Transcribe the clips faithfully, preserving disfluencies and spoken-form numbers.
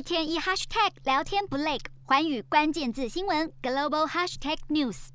天一 hashtag 聊天不累，寰宇关键字新闻 global hashtag news。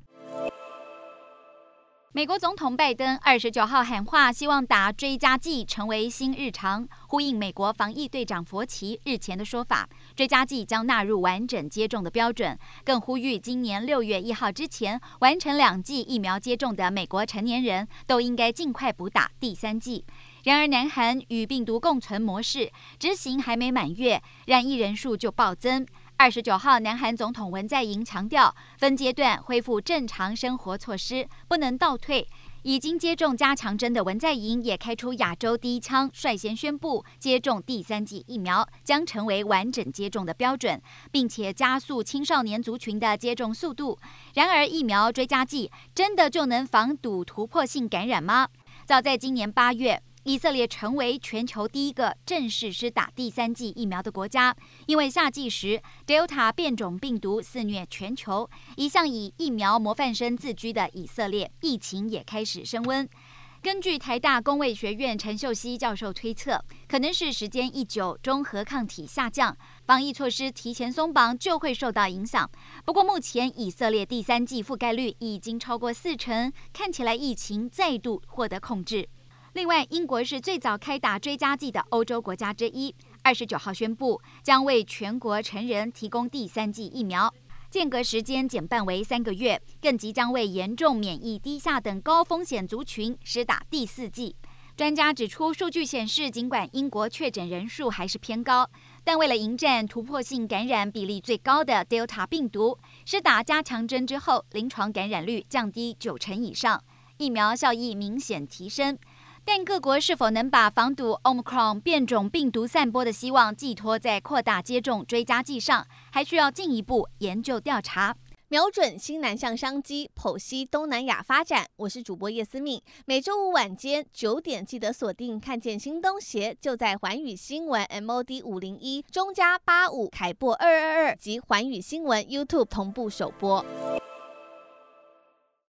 美国总统拜登二十九号喊话，希望打追加剂成为新日常，呼应美国防疫队长佛奇日前的说法，追加剂将纳入完整接种的标准，更呼吁今年六月一号之前完成两剂疫苗接种的美国成年人都应该尽快补打第三剂。然而，南韩与病毒共存模式执行还没满月，染疫人数就暴增。二十九号，南韩总统文在寅强调，分阶段恢复正常生活措施不能倒退。已经接种加强针的文在寅也开出亚洲第一枪，率先宣布接种第三剂疫苗将成为完整接种的标准，并且加速青少年族群的接种速度。然而，疫苗追加剂真的就能防堵突破性感染吗？早在今年八月，以色列成为全球第一个正式施打第三剂疫苗的国家，因为夏季时 Delta 变种病毒肆虐全球，一向以疫苗模范生自居的以色列，疫情也开始升温。根据台大公卫学院陈秀熙教授推测，可能是时间一久，中和抗体下降，防疫措施提前松绑就会受到影响。不过目前以色列第三剂覆盖率已经超过四成，看起来疫情再度获得控制。另外，英国是最早开打追加剂的欧洲国家之一，二十九号宣布将为全国成人提供第三剂疫苗，间隔时间减半为三个月，更即将为严重免疫低下等高风险族群施打第四剂。专家指出，数据显示，尽管英国确诊人数还是偏高，但为了迎战突破性感染比例最高的 Delta 病毒，施打加强针之后，临床感染率降低九成以上，疫苗效益明显提升。但各国是否能把防堵 Omicron 变种病毒散播的希望寄托在扩大接种追加剂上，还需要进一步研究调查。 瞄准新南向商机，剖析东南亚发展。我是主播叶思敏，每周五晚间九点记得锁定，看见新东协就在环宇新闻 M O D 五零一中加八五凯播二二二及环宇新闻 YouTube 同步首播。